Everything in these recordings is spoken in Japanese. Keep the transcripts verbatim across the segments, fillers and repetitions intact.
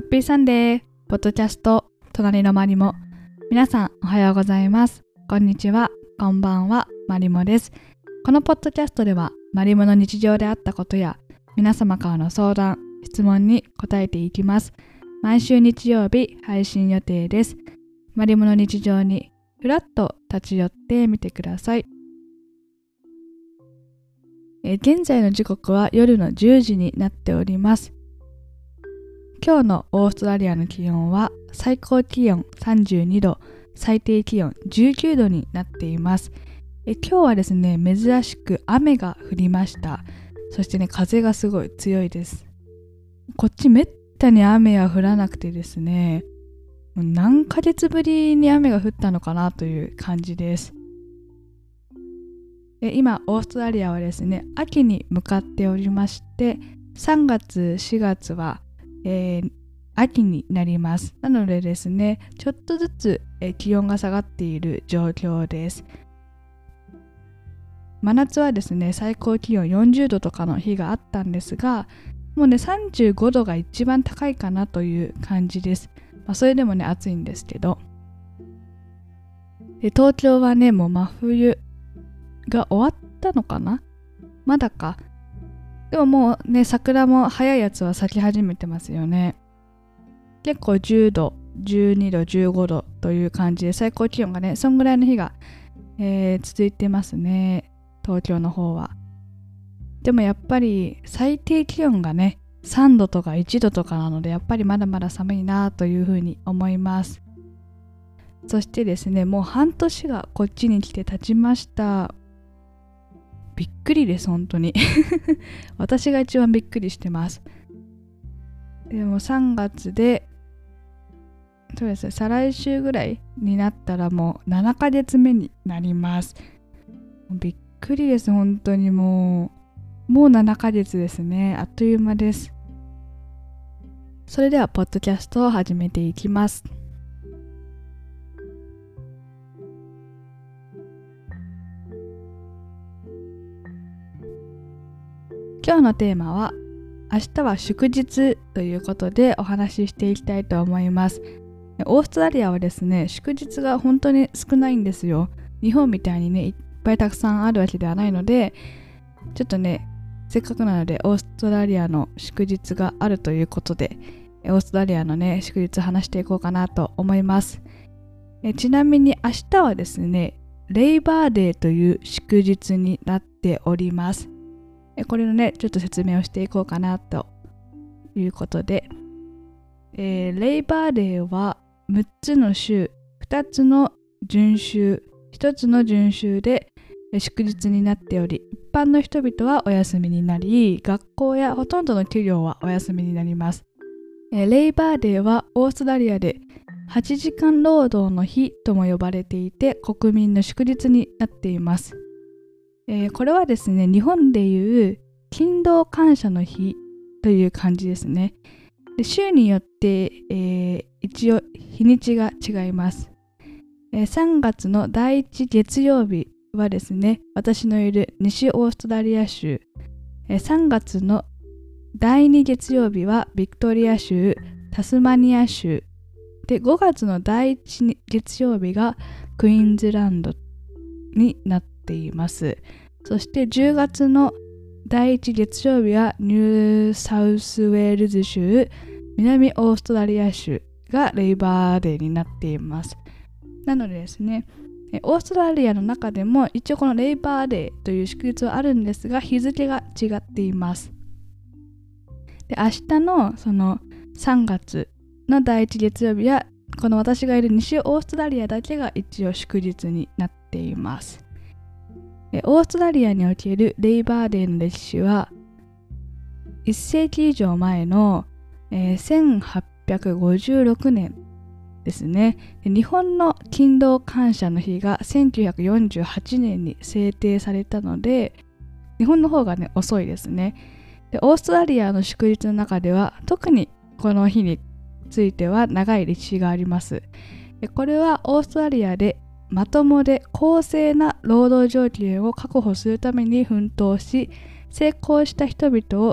ピーサンデーポッドキャスト隣のマリモ。皆さんおはようございます。こんにちは、こんばんは、マリモです。このポッドキャストではマリモの日常であったことや皆様からの相談、質問に答えていきます。毎週日曜日配信予定です。マリモの日常にふらっと立ち寄ってみてください。え現在の時刻は夜のじゅうじになっております。今日のオーストラリアの気温は最高気温さんじゅうにど、最低気温じゅうきゅうどになっています。え今日はですね、珍しく雨が降りました。そしてね、風がすごい強いです。こっちめったに雨は降らなくてですね、何ヶ月ぶりに雨が降ったのかなという感じです。え今オーストラリアはですね、秋に向かっておりまして、さんがつしがつはえー、秋になります。なのでですね、ちょっとずつ、えー、気温が下がっている状況です。真夏はですね、最高気温よんじゅうどとかの日があったんですが、もうねさんじゅうごどが一番高いかなという感じです。まあ、それでもね暑いんですけど、で東京はねもう真冬が終わったのかな、まだか。でももうね、桜も早いやつは咲き始めてますよね。結構じゅうど、じゅうにど、じゅうごどという感じで、最高気温がね、そんぐらいの日が、えー、続いてますね、東京の方は。でもやっぱり最低気温がね、さんどとかいちどとかなので、やっぱりまだまだ寒いなというふうに思います。そしてですね、もう半年がこっちに来て経ちました。びっくりです、本当に。私が一番びっくりしてます。でもさんがつで、そうですね、再来週ぐらいになったらもうななかげつめになります。びっくりです、本当にもう。もうななかげつですね。あっという間です。それでは、ポッドキャストを始めていきます。今日のテーマは明日は祝日ということでお話ししていきたいと思います。オーストラリアはですね、祝日が本当に少ないんですよ。日本みたいにねいっぱいたくさんあるわけではないので、ちょっとねせっかくなのでオーストラリアの祝日があるということで、オーストラリアのね祝日話していこうかなと思います。えちなみに明日はですね、レイバーデーという祝日になっております。これのねちょっと説明をしていこうかなということで、えー、レイバーデーはむっつの週、ふたつの準週、ひとつの準週で祝日になっており、一般の人々はお休みになり、学校やほとんどの企業はお休みになります。えー、レイバーデーはオーストラリアではちじかん労働の日とも呼ばれていて、国民の祝日になっています。えー、これはですね、日本でいう勤労感謝の日という感じですね。で週によって、えー、一応日にちが違います。えー、さんがつのだいいち月曜日はですね、私のいる西オーストラリア州、えー、さんがつのだいに月曜日はビクトリア州、タスマニア州で、ごがつのだいいち月曜日がクイーンズランドになっています。そしてじゅうがつのだいいち月曜日はニューサウスウェールズ州、南オーストラリア州がレイバーデーになっています。なのでですね、オーストラリアの中でも一応このレイバーデーという祝日はあるんですが、日付が違っています。で明日のそのさんがつのだいいち月曜日はこの私がいる西オーストラリアだけが一応祝日になっています。オーストラリアにおけるレイバーデーの歴史はいっせいき以上前の、えー、せんはっぴゃくごじゅうろくねんですね。で日本の勤労感謝の日がせんきゅうひゃくよんじゅうはちねんに制定されたので、日本の方がね遅いですね。でオーストラリアの祝日の中では特にこの日については長い歴史があります。でこれはオーストラリアでまともで公正な労働条件を確保するために奮闘し、成功した人々を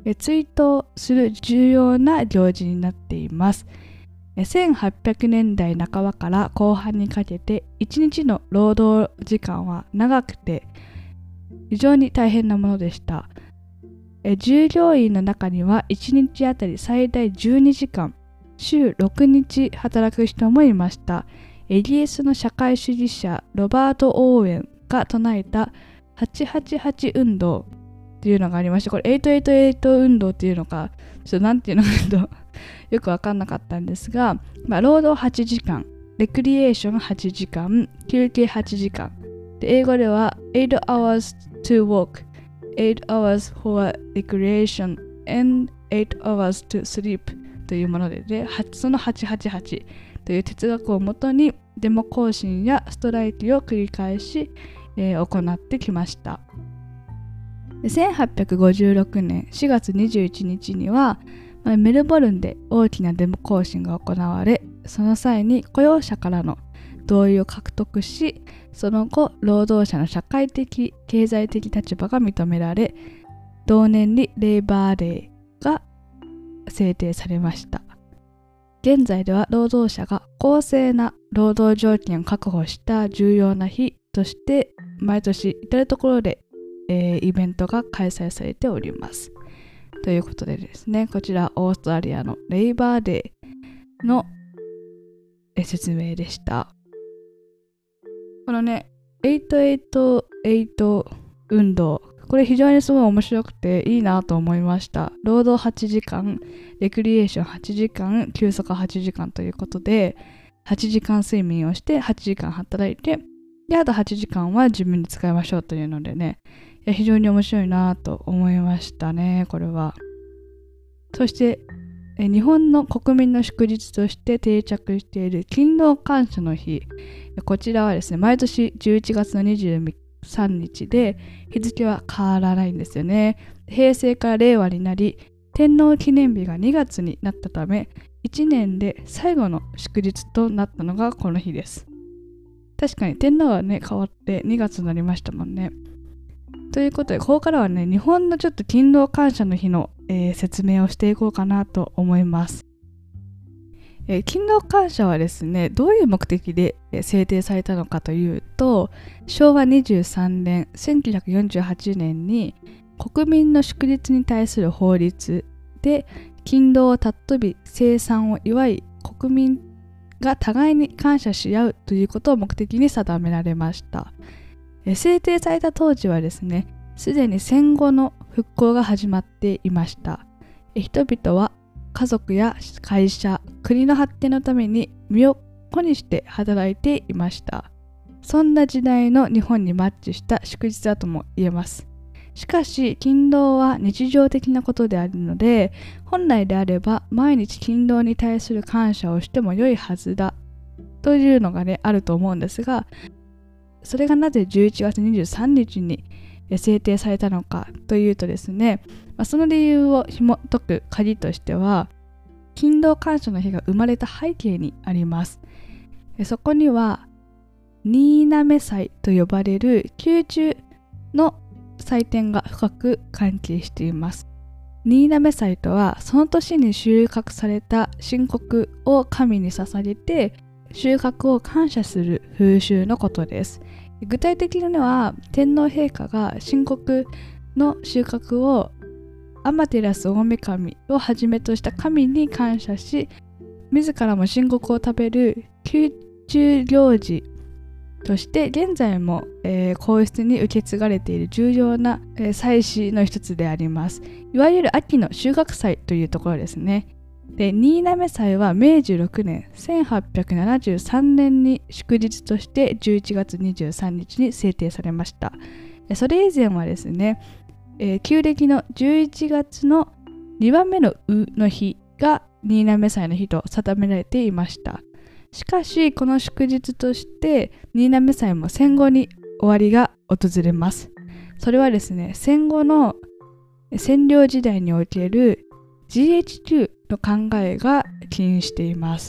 追悼する重要な行事になっています。せんはっぴゃくねんだいなかばから後半にかけていちにちの労働時間は長くて非常に大変なものでした。従業員の中にはいちにちあたり最大じゅうにじかん、週ろくにち働く人もいました。イギリスの社会主義者ロバート・オーウェンが唱えたはちはちはち運動っていうのがありまして、これはちはちはち運動っていうのかちょっとなんていうのかとよく分かんなかったんですが、まあ、労働はちじかん、レクリエーションはちじかん、休憩はちじかんで、英語でははち hours to work、はち hours for recreation andはち hours to sleep というもので、ね、そのはちはちはちという哲学をもとにデモ行進やストライキを繰り返し、えー、行ってきました。せんはっぴゃくごじゅうろくねんしがつにじゅういちにちにはメルボルンで大きなデモ行進が行われ、その際に雇用者からの同意を獲得し、その後労働者の社会的経済的立場が認められ、同年にレイバーデーが制定されました。現在では労働者が公正な労働条件を確保した重要な日として毎年至るところで、えー、イベントが開催されております。ということでですね、こちらオーストラリアのレイバーデーの説明でした。このね、はちはちはち運動、これ非常にすごい面白くていいなと思いました。労働はちじかん、レクリエーションはちじかん、休息はちじかんということで、はちじかん睡眠をしてはちじかん働いて、であとはちじかんは自分に使いましょうというのでね、いや非常に面白いなと思いましたね、これは。そしてえ日本の国民の祝日として定着している勤労感謝の日、こちらはですね、毎年じゅういちがつのにじゅうさんにちで日付は変わらないんですよね。平成から令和になり、天皇記念日がにがつになったため、いちねんで最後の祝日となったのがこの日です。確かに天皇はね、変わってにがつになりましたもんね。ということで、ここからはね、日本のちょっと勤労感謝の日の、えー、説明をしていこうかなと思います。えー、勤労感謝はですね、どういう目的で、えー、制定されたのかというと、しょうわにじゅうさんねん、せんきゅうひゃくよんじゅうはちねんに国民の祝日に対する法律で、勤労を尊び生産を祝い、国民が互いに感謝し合うということを目的に定められました。制定された当時はですね、すでに戦後の復興が始まっていました。人々は家族や会社、国の発展のために身を粉にして働いていました。そんな時代の日本にマッチした祝日だとも言えます。しかし、勤労は日常的なことであるので、本来であれば毎日勤労に対する感謝をしても良いはずだというのがね、あると思うんですが、それがなぜじゅういちがつにじゅうさんにちに制定されたのかというとですね、まあ、その理由を紐解く鍵としては、勤労感謝の日が生まれた背景にあります。そこには新嘗祭と呼ばれる宮中の祭典が深く関係しています。新嘗祭とは、その年に収穫された新穀を神に捧げて収穫を感謝する風習のことです。具体的には、天皇陛下が新穀の収穫をアマテラス大神をはじめとした神に感謝し、自らも新穀を食べる宮中行事として現在も、えー、皇室に受け継がれている重要な、えー、祭祀の一つであります。いわゆる秋の収穫祭というところですね。で、新嘗祭はめいじろくねん、せんはっぴゃくななじゅうさんねんに祝日としてじゅういちがつにじゅうさんにちに制定されました。それ以前はですね、えー、旧暦のじゅういちがつのにばんめのうの日が新嘗祭の日と定められていました。しかし、この祝日として新嘗祭も戦後に終わりが訪れます。それはですね、戦後の占領時代における ジーエイチキュー の考えが起因しています。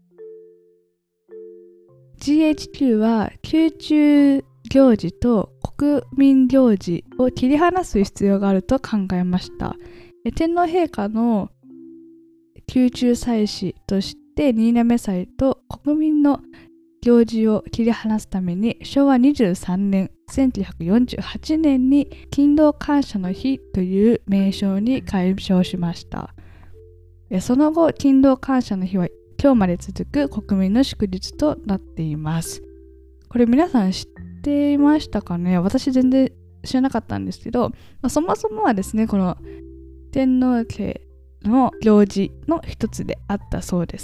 ジーエイチキュー は宮中行事と国民行事を切り離す必要があると考えました。天皇陛下の宮中祭祀として新嘗祭と国民の行事を切り離すためにしょうわにじゅうさんねんせんきゅうひゃくよんじゅうはちねんに勤労感謝の日という名称に改称しました。その後、勤労感謝の日は今日まで続く国民の祝日となっています。これ皆さん知っていましたかね？私全然知らなかったんですけど、まあ、そもそもはですね、この天皇家の行事の一つであったそうです。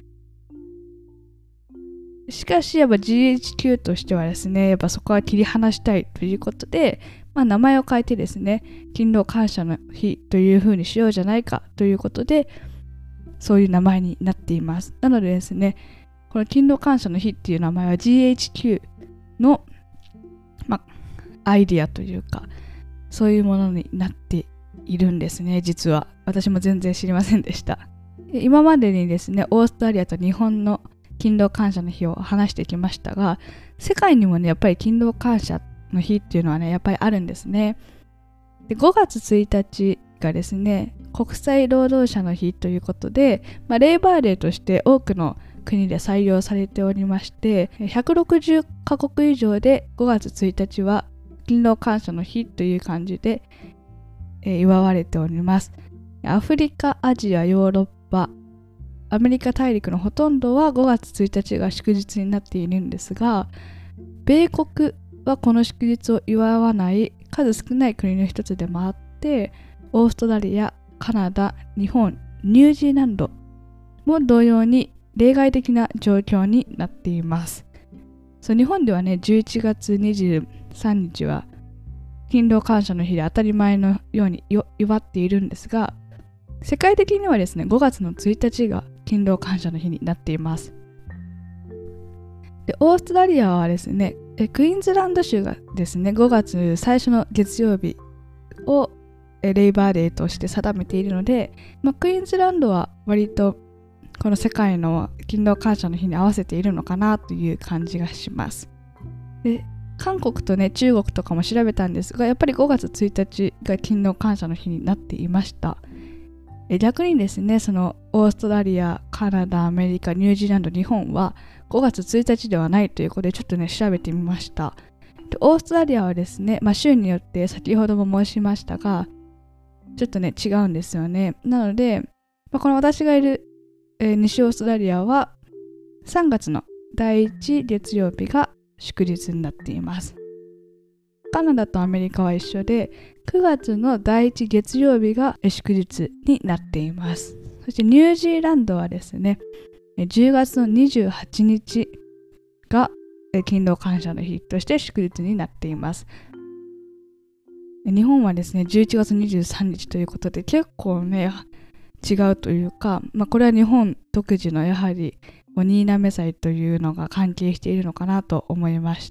しかしやっぱ ジーエイチキュー としてはですね、やっぱそこは切り離したいということで、まあ、名前を変えてですね、勤労感謝の日という風にしようじゃないかということで、そういう名前になっています。なのでですね、この勤労感謝の日っていう名前は ジーエイチキュー の、まあ、アイディアというか、そういうものになっているんですね、実は。私も全然知りませんでした。今までにですね、オーストラリアと日本の勤労感謝の日を話してきましたが、世界にもね、やっぱり勤労感謝の日っていうのはね、やっぱりあるんですね。で、ごがつついたちがですね、国際労働者の日ということで、まあ、レイバーデーとして多くの国で採用されておりまして、ひゃくろくじゅっかこく以上でごがつついたちは勤労感謝の日という感じで、えー、祝われております。アフリカ、アジア、ヨーロッパ、アメリカ大陸のほとんどはごがつついたちが祝日になっているんですが、米国はこの祝日を祝わない数少ない国の一つでもあって、オーストラリア、カナダ、日本、ニュージーランドも同様に例外的な状況になっています。そう、日本ではね、じゅういちがつにじゅうさんにちは勤労感謝の日で当たり前のように祝っているんですが、世界的にはですね、ごがつのついたちが勤労感謝の日になっています。で、オーストラリアはですね、クイーンズランド州がですね、ごがつ最初の月曜日をレイバーデーとして定めているので、まあ、クイーンズランドは割とこの世界の勤労感謝の日に合わせているのかなという感じがします。で、韓国とね、中国とかも調べたんですが、やっぱりごがつついたちが勤労感謝の日になっていました。逆にですね、そのオーストラリア、カナダ、アメリカ、ニュージーランド、日本はごがつついたちではないということでちょっとね、調べてみました。で、オーストラリアはですね、まあ、州によって先ほども申しましたが、ちょっとね、違うんですよね。なので、まあ、この私がいる、えー、西オーストラリアはさんがつのだいいち月曜日が祝日になっています。カナダとアメリカは一緒で、くがつのだいいち月曜日が祝日になっています。そしてニュージーランドはですね、じゅうがつのにじゅうはちにちが勤労感謝の日として祝日になっています。日本はですね、じゅういちがつにじゅうさんにちということで結構ね、違うというか、まあ、これは日本独自のやはり新嘗祭というのが関係しているのかなと思いました。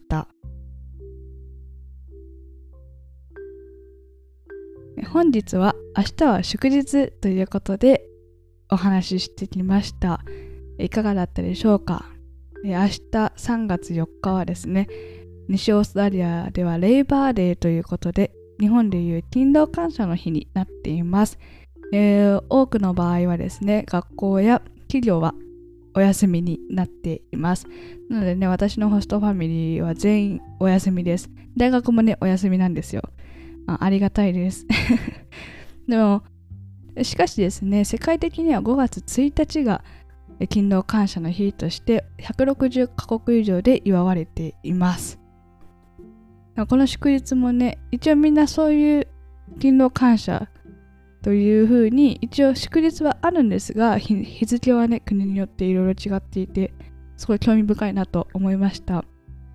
本日は明日は祝日ということでお話ししてきました。いかがだったでしょうか。明日さんがつよっかはですね、西オーストラリアではレイバーデーということで、日本でいう勤労感謝の日になっています。えー、多くの場合はですね、学校や企業はお休みになっています。なのでね、私のホストファミリーは全員お休みです。大学もね、お休みなんですよ。あ、ありがたいです。でも、しかしですね、世界的にはごがつついたちが勤労感謝の日としてひゃくろくじゅっかこく以上で祝われています。この祝日もね、一応みんなそういう勤労感謝というふうに一応祝日はあるんですが、日付はね、国によっていろいろ違っていて、すごい興味深いなと思いました。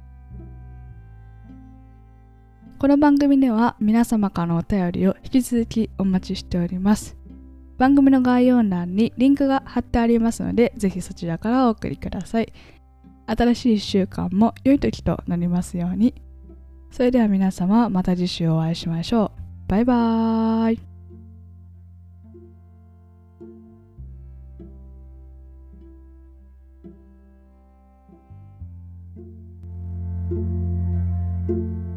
この番組では皆様からのお便りを引き続きお待ちしております。番組の概要欄にリンクが貼ってありますので、ぜひそちらからお送りください。新しいいっしゅうかんも良い時となりますように。それでは皆様、また次週お会いしましょう。バイバーイ。thank you